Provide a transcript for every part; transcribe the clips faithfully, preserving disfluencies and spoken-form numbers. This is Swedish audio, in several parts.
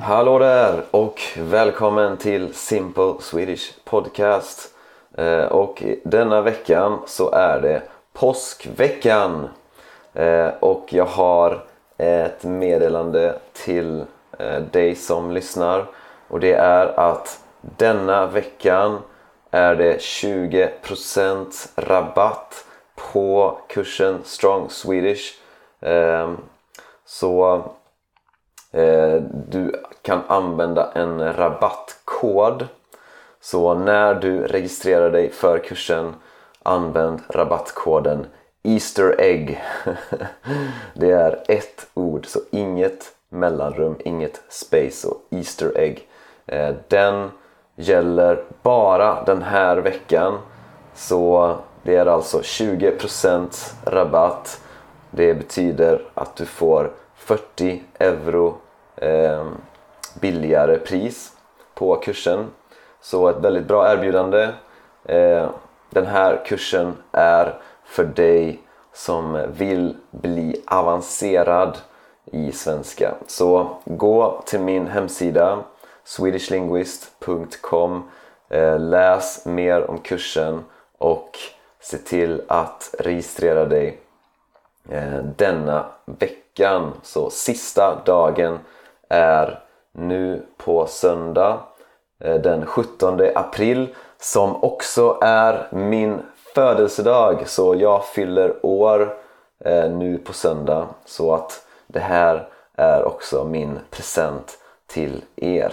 Hallå där och välkommen till Simple Swedish Podcast. eh, Och denna veckan så är det påskveckan. eh, Och jag har ett meddelande till eh, dig som lyssnar. Och det är att denna veckan är det tjugo procent rabatt på kursen Strong Swedish. eh, Så Eh, du kan använda en rabattkod. Så när du registrerar dig för kursen, använd rabattkoden Easter Egg. Det är ett ord, så inget mellanrum, inget space, och Easter Egg. eh, Den gäller bara den här veckan. Så det är alltså tjugo procent rabatt. Det betyder att du får fyrtio euro eh, billigare pris på kursen. Så ett väldigt bra erbjudande. eh, Den här kursen är för dig som vill bli avancerad i svenska. Så gå till min hemsida swedish linguist punkt com, eh, läs mer om kursen och se till att registrera dig eh, denna veckan. Så sista dagen är nu på söndag den sjuttonde april, som också är min födelsedag. Så jag fyller år nu på söndag, så att det här är också min present till er.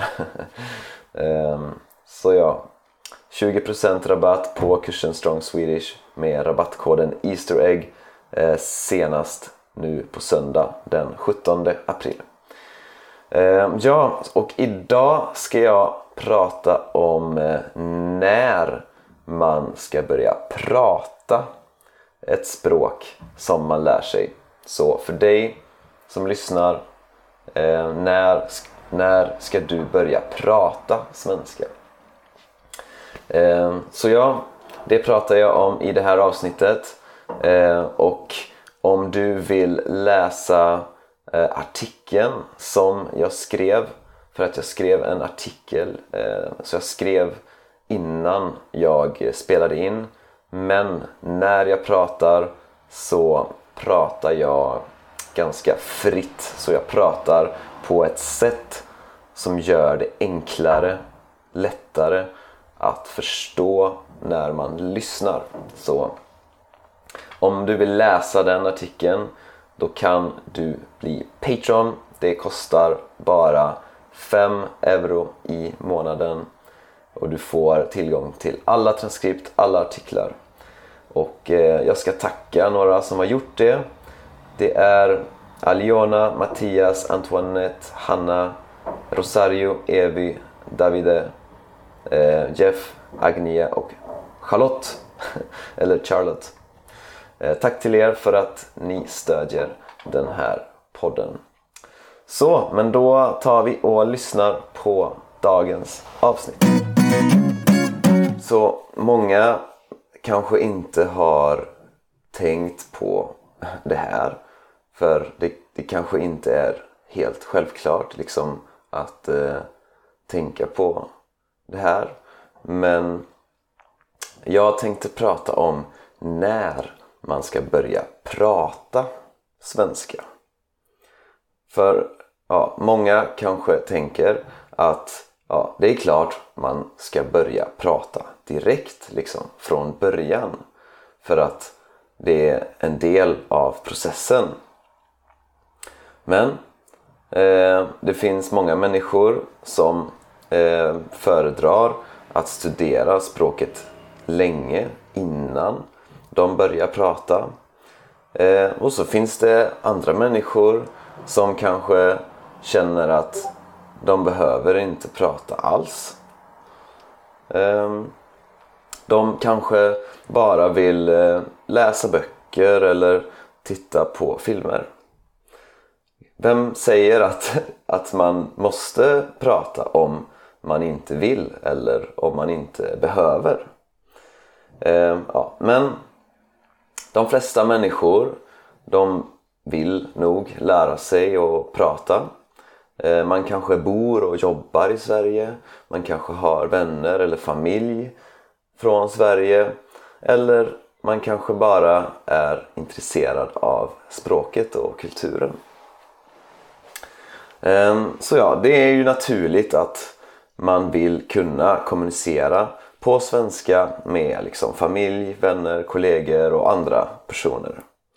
Så ja, tjugo procent rabatt på kursen Strong Swedish med rabattkoden Easter Egg senast nu på söndag den sjuttonde april. Eh, ja, och idag ska jag prata om eh, när man ska börja prata ett språk som man lär sig. Så för dig som lyssnar, eh, när, när ska du börja prata svenska? Eh, så ja, det pratar jag om i det här avsnittet. Eh, och om du vill läsa eh, artikeln som jag skrev, för att jag skrev en artikel, eh, så jag skrev innan jag spelade in, men när jag pratar så pratar jag ganska fritt. Så jag pratar på ett sätt som gör det enklare, lättare att förstå när man lyssnar. Så om du vill läsa den artikeln, då kan du bli Patreon. Det kostar bara fem euro i månaden. Och du får tillgång till alla transkript, alla artiklar. Och eh, jag ska tacka några som har gjort det. Det är Aliona, Mattias, Antoinette, Hanna, Rosario, Evy, Davide, eh, Jeff, Agnia och Charlotte. Eller Charlotte. Tack till er för att ni stödjer den här podden. Så, men då tar vi och lyssnar på dagens avsnitt. Så många kanske inte har tänkt på det här. För det, det kanske inte är helt självklart liksom, att eh, tänka på det här. Men jag tänkte prata om när man ska börja prata svenska. För ja, många kanske tänker att ja, det är klart man ska börja prata direkt liksom, från början. För att det är en del av processen. Men eh, det finns många människor som eh, föredrar att studera språket länge innan de börjar prata. Eh, och så finns det andra människor som kanske känner att de behöver inte prata alls. Eh, de kanske bara vill eh, läsa böcker eller titta på filmer. Vem säger att, att man måste prata om man inte vill eller om man inte behöver? Eh, ja, men de flesta människor, de vill nog lära sig att prata. Man kanske bor och jobbar i Sverige. Man kanske har vänner eller familj från Sverige. Eller man kanske bara är intresserad av språket och kulturen. Så ja, det är ju naturligt att man vill kunna kommunicera på svenska med liksom familj, vänner, kollegor och andra personer.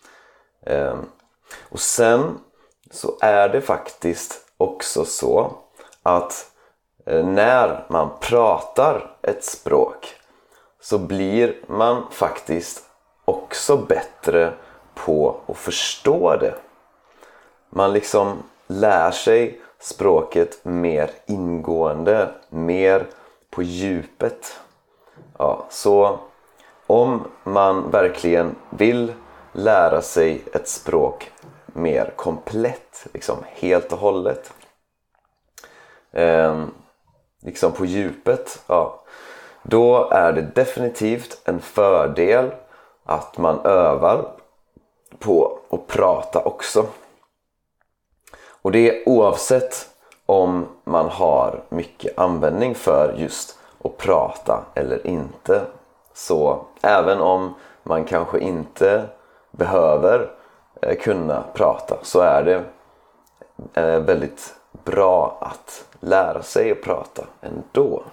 Och sen så är det faktiskt också så att när man pratar ett språk så blir man faktiskt också bättre på att förstå det. Man liksom lär sig språket mer ingående, mer på djupet. Ja, så om man verkligen vill lära sig ett språk mer komplett, liksom helt och hållet, eh, liksom på djupet, ja, då är det definitivt en fördel att man övar på att prata också. Och det är oavsett om man har mycket användning för just att prata eller inte. Så även om man kanske inte behöver kunna prata så är det väldigt bra att lära sig att prata ändå.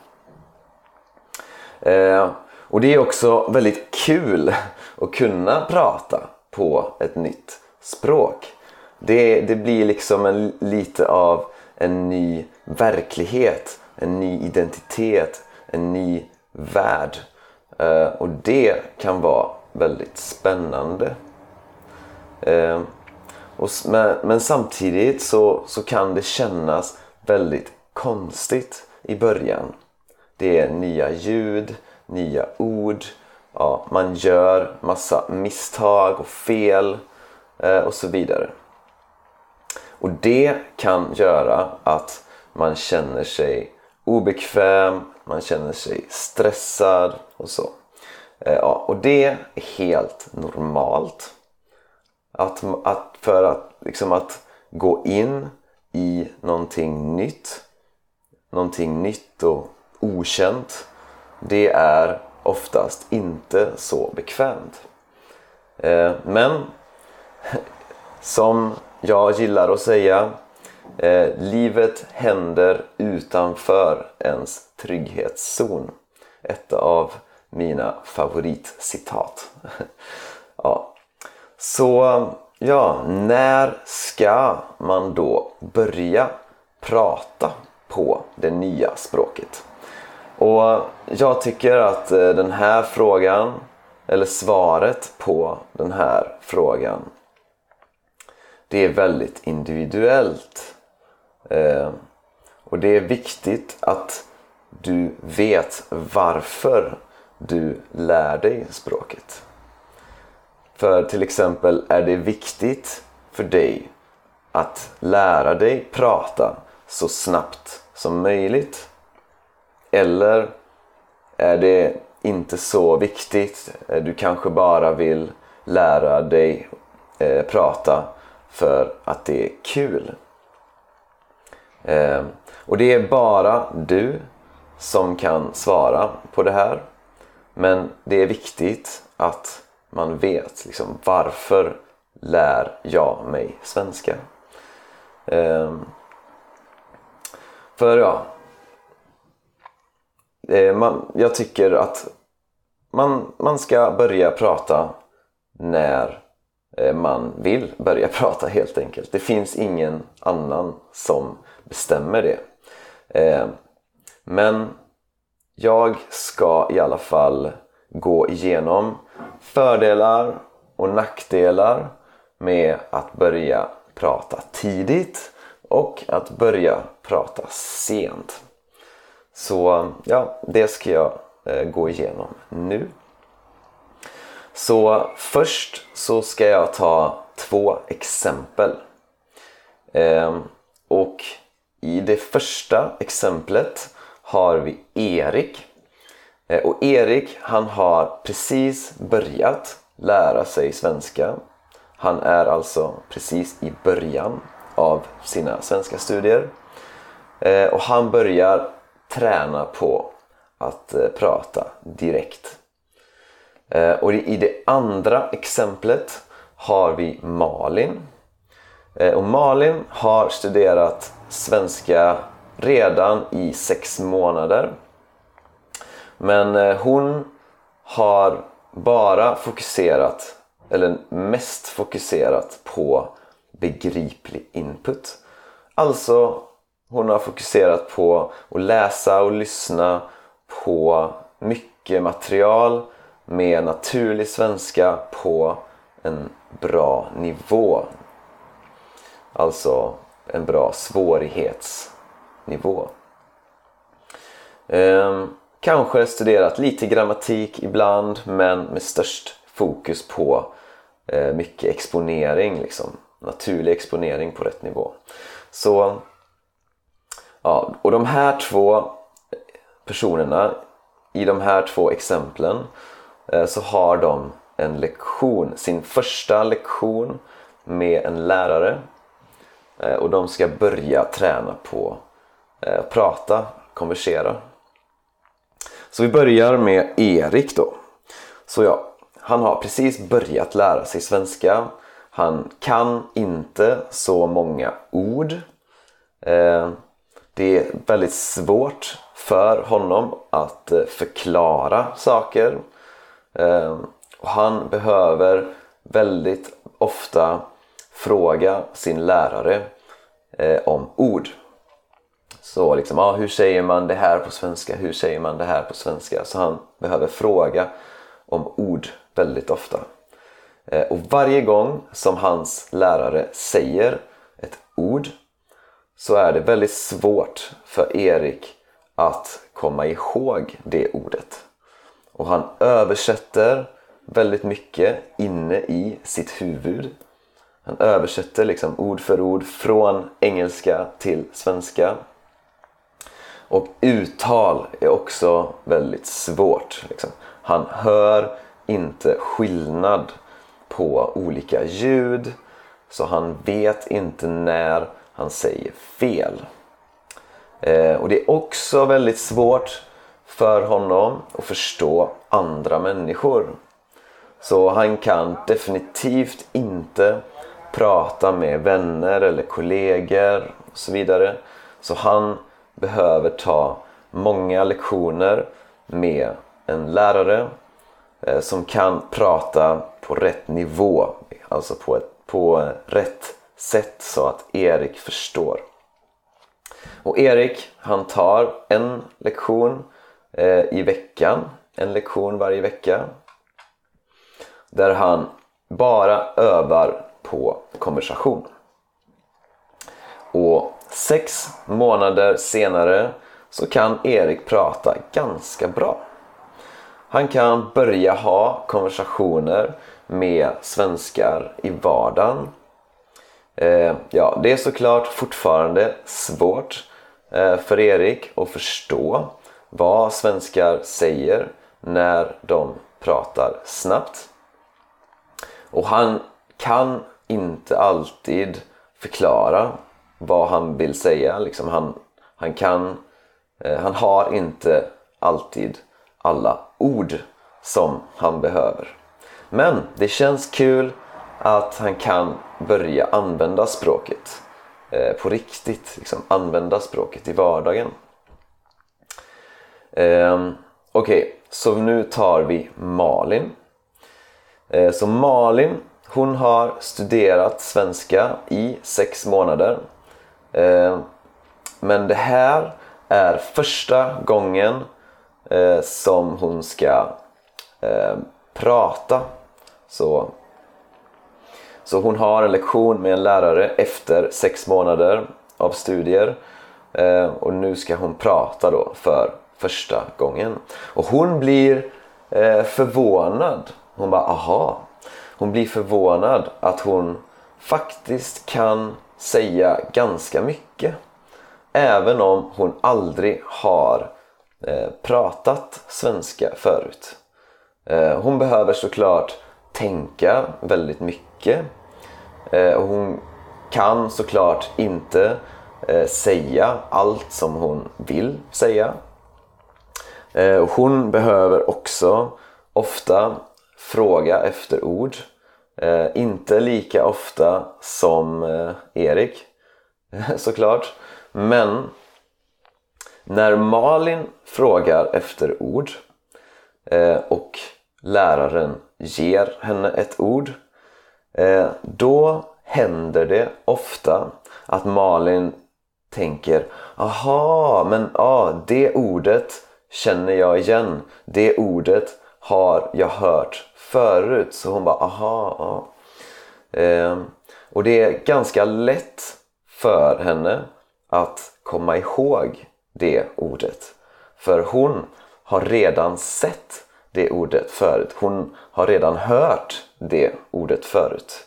Och det är också väldigt kul att kunna prata på ett nytt språk. Det, det blir liksom en, lite av en ny verklighet, en ny identitet, en ny värld. Och det kan vara väldigt spännande. Och, men, men samtidigt så, så kan det kännas väldigt konstigt i början. Det är nya ljud, nya ord. Ja, man gör massa misstag och fel och så vidare. Och det kan göra att man känner sig obekväm, man känner sig stressad och så. Ja, och det är helt normalt. Att, att för att, liksom att gå in i någonting nytt, någonting nytt och okänt, det är oftast inte så bekvämt. Men som jag gillar att säga, eh, livet händer utanför ens trygghetszon. Ett av mina favoritcitat. Ja. Så ja, när ska man då börja prata på det nya språket? Och jag tycker att den här frågan, eller svaret på den här frågan, det är väldigt individuellt. Eh, och det är viktigt att du vet varför du lär dig språket. För till exempel är det viktigt för dig att lära dig prata så snabbt som möjligt. Eller är det inte så viktigt? Du kanske bara vill lära dig eh, prata för att det är kul. Eh, och det är bara du som kan svara på det här. Men det är viktigt att man vet liksom, varför lär jag mig svenska. Eh, för ja, eh, man, jag tycker att man, man ska börja prata när man vill börja prata helt enkelt. Det finns ingen annan som bestämmer det. Eh, men jag ska i alla fall gå igenom fördelar och nackdelar med att börja prata tidigt och att börja prata sent. Så ja, det ska jag eh, gå igenom nu. Så först så ska jag ta två exempel. Eh, och i det första exemplet har vi Erik. Eh, och Erik, han har precis börjat lära sig svenska. Han är alltså precis i början av sina svenska studier. Eh, och han börjar träna på att eh, prata direkt. Eh, och i det andra exemplet har vi Malin. Eh, och Malin har studerat svenska redan i sex månader. Men eh, hon har bara fokuserat, eller mest fokuserat på begriplig input. Alltså hon har fokuserat på att läsa och lyssna på mycket material med naturlig svenska på en bra nivå. Alltså en bra svårighetsnivå. Ehm, kanske studerat lite grammatik ibland, men med störst fokus på eh, mycket exponering, liksom naturlig exponering på rätt nivå. Så ja, och de här två personerna i de här två exemplen eh, så har de en lektion, sin första lektion med en lärare, eh, och de ska börja träna på eh, prata, konversera. Så vi börjar med Erik då. Så ja, han har precis börjat lära sig svenska. Han kan inte så många ord. Eh, det är väldigt svårt för honom att eh, förklara saker. Eh, och han behöver väldigt ofta fråga sin lärare eh, om ord. Så liksom, ah, hur säger man det här på svenska? Hur säger man det här på svenska? Så han behöver fråga om ord väldigt ofta. Eh, och varje gång som hans lärare säger ett ord så är det väldigt svårt för Erik att komma ihåg det ordet. Och han översätter väldigt mycket inne i sitt huvud. Han översätter liksom ord för ord från engelska till svenska. Och uttal är också väldigt svårt. Liksom. Han hör inte skillnad på olika ljud, så han vet inte när han säger fel. Eh, och det är också väldigt svårt för honom att förstå andra människor. Så han kan definitivt inte prata med vänner eller kollegor och så vidare. Så han behöver ta många lektioner med en lärare eh, som kan prata på rätt nivå. Alltså på, ett, på rätt sätt så att Erik förstår. Och Erik, han tar en lektion eh, i veckan. En lektion varje vecka. Där han bara övar på konversation. Och sex månader senare så kan Erik prata ganska bra. Han kan börja ha konversationer med svenskar i vardagen. Eh, ja, det är såklart fortfarande svårt eh, för Erik att förstå vad svenskar säger när de pratar snabbt. Och han kan inte alltid förklara vad han vill säga. Liksom han, han, kan, eh, han har inte alltid alla ord som han behöver. Men det känns kul att han kan börja använda språket eh, på riktigt. Liksom använda språket i vardagen. Eh, Okej, okay, så nu tar vi Malin. Eh, så Malin, hon har studerat svenska i sex månader. Eh, men det här är första gången eh, som hon ska eh, prata. Så, så hon har en lektion med en lärare efter sex månader av studier. Eh, och nu ska hon prata då för första gången. Och hon blir eh, förvånad. Hon bara, aha. Hon blir förvånad att hon faktiskt kan säga ganska mycket. Även om hon aldrig har eh, pratat svenska förut. Eh, hon behöver såklart tänka väldigt mycket. Eh, och hon kan såklart inte eh, säga allt som hon vill säga. Eh, och hon behöver också ofta fråga efter ord. Eh, inte lika ofta som eh, Erik såklart. Men när Malin frågar efter ord eh, och läraren ger henne ett ord, eh, då händer det ofta att Malin tänker, aha, men ah, det ordet känner jag igen. Det ordet har jag hört förut. Så hon bara, aha, ah. eh, och det är ganska lätt för henne att komma ihåg det ordet. För hon har redan sett det ordet förut. Hon har redan hört det ordet förut.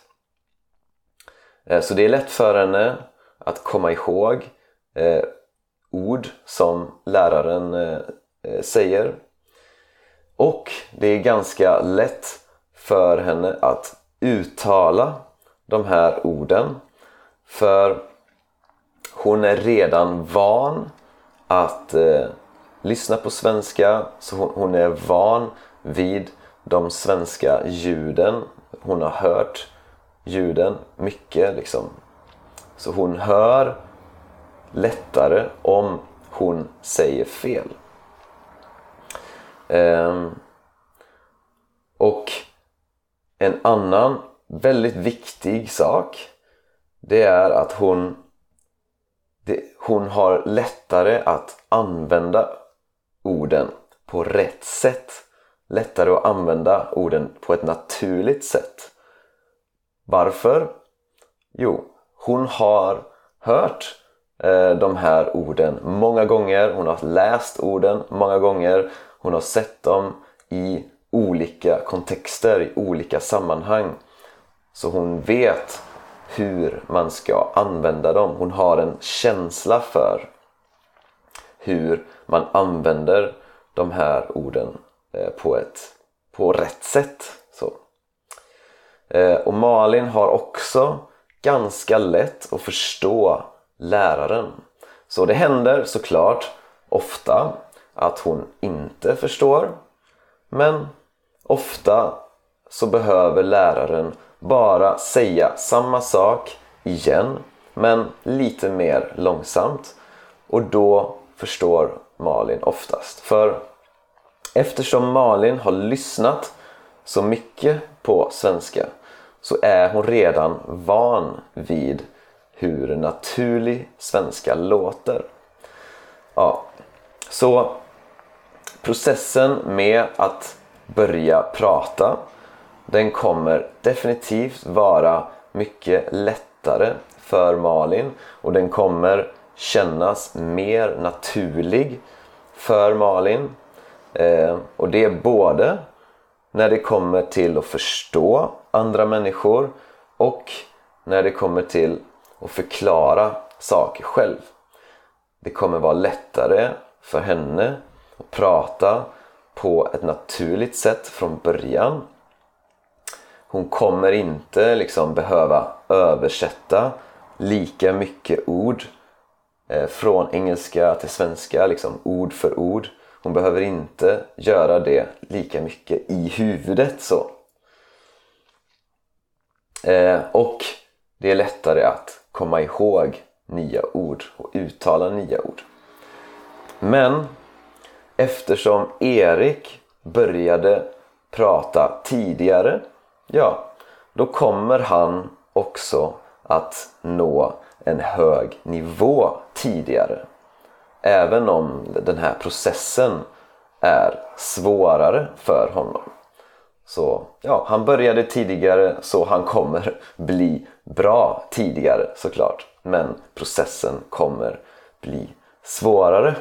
Så det är lätt för henne att komma ihåg eh, ord som läraren eh, säger. Och det är ganska lätt för henne att uttala de här orden. För hon är redan van att eh, lyssna på svenska. Så hon, hon är van vid de svenska ljuden. Hon har hört ljuden mycket liksom. Så hon hör lättare om hon säger fel. Ehm, och en annan väldigt viktig sak, det är att hon det, hon har lättare att använda orden på rätt sätt. Lättare att använda orden på ett naturligt sätt. Varför? Jo, hon har hört eh, de här orden många gånger. Hon har läst orden många gånger. Hon har sett dem i olika kontexter, i olika sammanhang. Så hon vet hur man ska använda dem. Hon har en känsla för hur man använder de här orden eh, på ett på rätt sätt. Så. Eh, och Malin har också ganska lätt att förstå läraren. Så det händer såklart ofta att hon inte förstår. Men ofta så behöver läraren bara säga samma sak igen, men lite mer långsamt. Och då förstår Malin oftast. För eftersom Malin har lyssnat så mycket på svenska, så är hon redan van vid hur naturlig svenska låter. Ja, så processen med att börja prata, den kommer definitivt vara mycket lättare för Malin. Och den kommer kännas mer naturlig för Malin. Eh, och det är både när det kommer till att förstå andra människor och när det kommer till att förklara saker själv. Det kommer vara lättare för henne att prata på ett naturligt sätt från början. Hon kommer inte liksom behöva översätta lika mycket ord eh, från engelska till svenska, liksom ord för ord. Hon behöver inte göra det lika mycket i huvudet så. Eh, och det är lättare att komma ihåg nya ord och uttala nya ord. Men eftersom Erik började prata tidigare, ja, då kommer han också att nå en hög nivå tidigare. Även om den här processen är svårare för honom. Så ja, han började tidigare, så han kommer bli bra tidigare såklart. Men processen kommer bli svårare.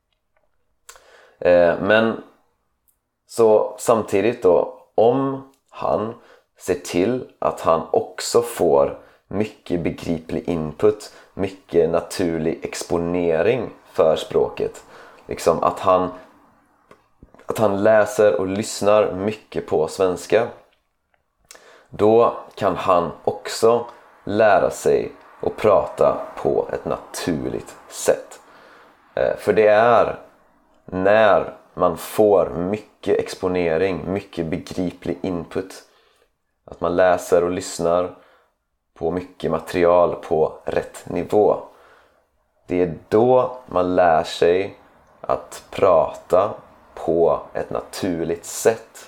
Eh, men så samtidigt då, om han ser till att han också får mycket begriplig input, mycket naturlig exponering för språket. Liksom att han, att han läser och lyssnar mycket på svenska. Då kan han också lära sig och prata på ett naturligt sätt. För det är när man får mycket exponering, mycket begriplig input, att man läser och lyssnar på mycket material på rätt nivå. Det är då man lär sig att prata på ett naturligt sätt.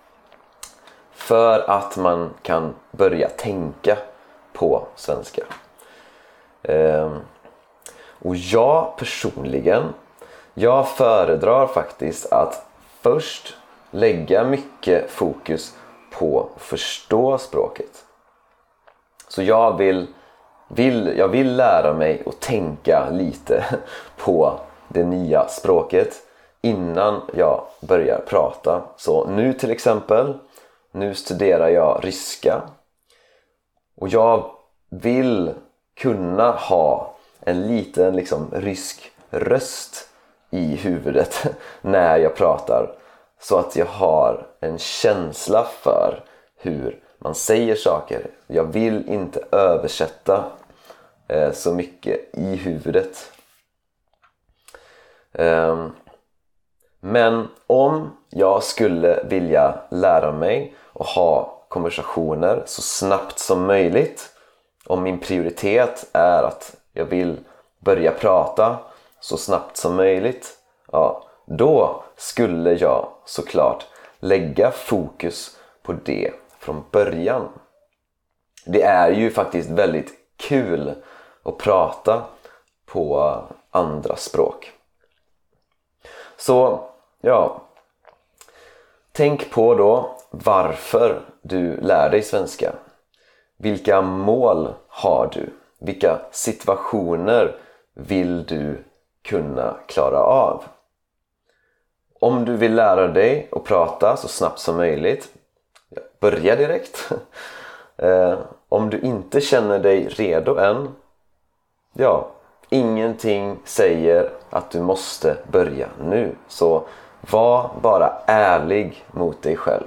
För att man kan börja tänka på svenska. Och jag personligen, jag föredrar faktiskt att först lägga mycket fokus på att förstå språket. Så jag vill, vill, jag vill lära mig att tänka lite på det nya språket innan jag börjar prata. Så nu till exempel, nu studerar jag ryska. Och jag vill kunna ha en liten liksom rysk röst i huvudet när jag pratar. Så att jag har en känsla för hur man säger saker. Jag vill inte översätta eh, så mycket i huvudet. Eh, men om jag skulle vilja lära mig och ha konversationer så snabbt som möjligt, om min prioritet är att jag vill börja prata så snabbt som möjligt, ja, då skulle jag såklart lägga fokus på det från början. Det är ju faktiskt väldigt kul att prata på andra språk. Så ja, tänk på då varför du lär dig svenska. Vilka mål har du? Vilka situationer vill du kunna klara av? Om du vill lära dig att prata så snabbt som möjligt, börja direkt. eh, om du inte känner dig redo än, ja, ingenting säger att du måste börja nu. Så var bara ärlig mot dig själv.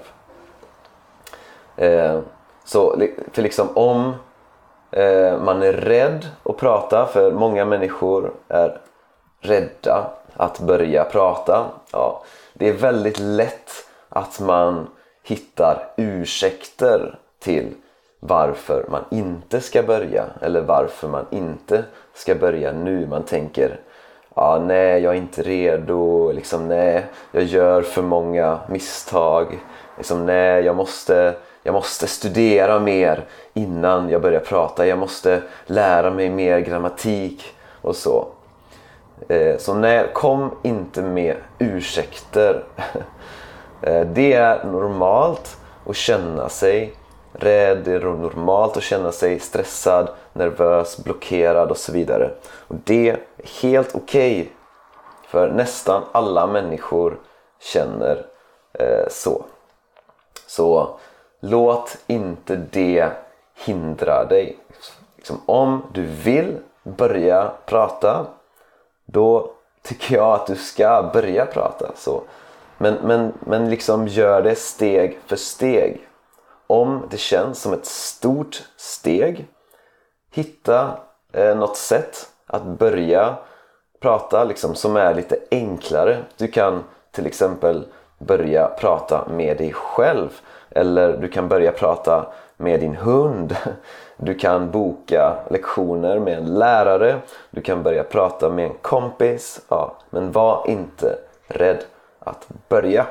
Eh, så för liksom om eh, man är rädd att prata, för många människor är rädda att börja prata, ja, det är väldigt lätt att man hittar ursäkter till varför man inte ska börja, eller varför man inte ska börja nu. Man tänker, ja, nej, jag är inte redo, liksom, nej, jag gör för många misstag, liksom, nej, jag måste, jag måste studera mer innan jag börjar prata, jag måste lära mig mer grammatik och så. Så nej, kom inte med ursäkter. Det är normalt att känna sig rädd, det är normalt att känna sig stressad, nervös, blockerad och så vidare. Och det är helt okej, för nästan alla människor känner eh, så. Så låt inte det hindra dig. Liksom, om du vill börja prata, då tycker jag att du ska börja prata. Så. Men, men, men liksom gör det steg för steg. Om det känns som ett stort steg, hitta eh, något sätt att börja prata liksom, som är lite enklare. Du kan till exempel börja prata med dig själv, eller du kan börja prata med din hund. Du kan boka lektioner med en lärare, du kan börja prata med en kompis, ja, men var inte rädd att börja.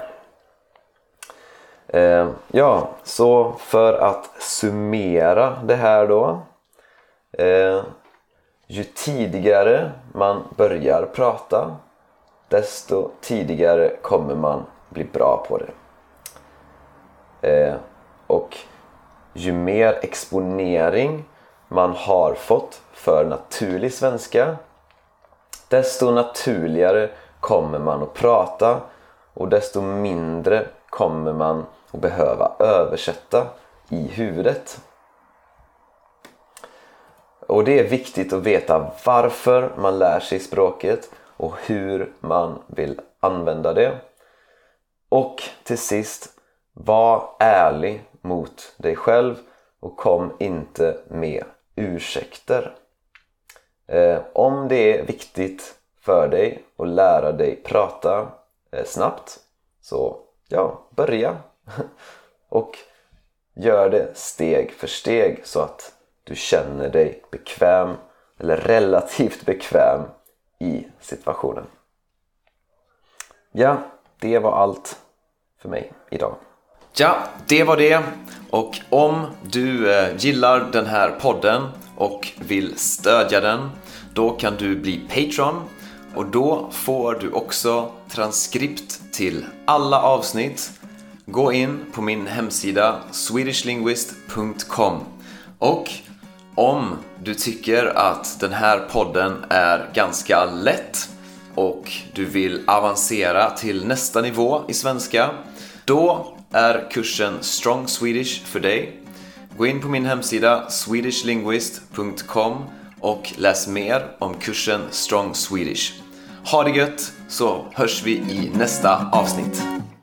Eh, ja, så för att summera det här då. Eh, ju tidigare man börjar prata, desto tidigare kommer man bli bra på det. Eh, och ju mer exponering man har fått för naturlig svenska, desto naturligare kommer man att prata, och desto mindre kommer man att behöva översätta i huvudet. Och det är viktigt att veta varför man lär sig språket och hur man vill använda det. Och till sist, var ärlig mot dig själv och kom inte med ursäkter. Eh, om det är viktigt för dig att lära dig prata eh, snabbt, så ja, börja. Och gör det steg för steg så att du känner dig bekväm eller relativt bekväm i situationen. Ja, det var allt för mig idag. Ja, det var det. Och om du eh, gillar den här podden och vill stödja den, då kan du bli Patreon. Och då får du också transkript till alla avsnitt. Gå in på min hemsida swedish linguist punkt com. Och om du tycker att den här podden är ganska lätt och du vill avancera till nästa nivå i svenska, då är kursen Strong Swedish för dig. Gå in på min hemsida swedish linguist punkt com och läs mer om kursen Strong Swedish. Ha det gött, så hörs vi i nästa avsnitt.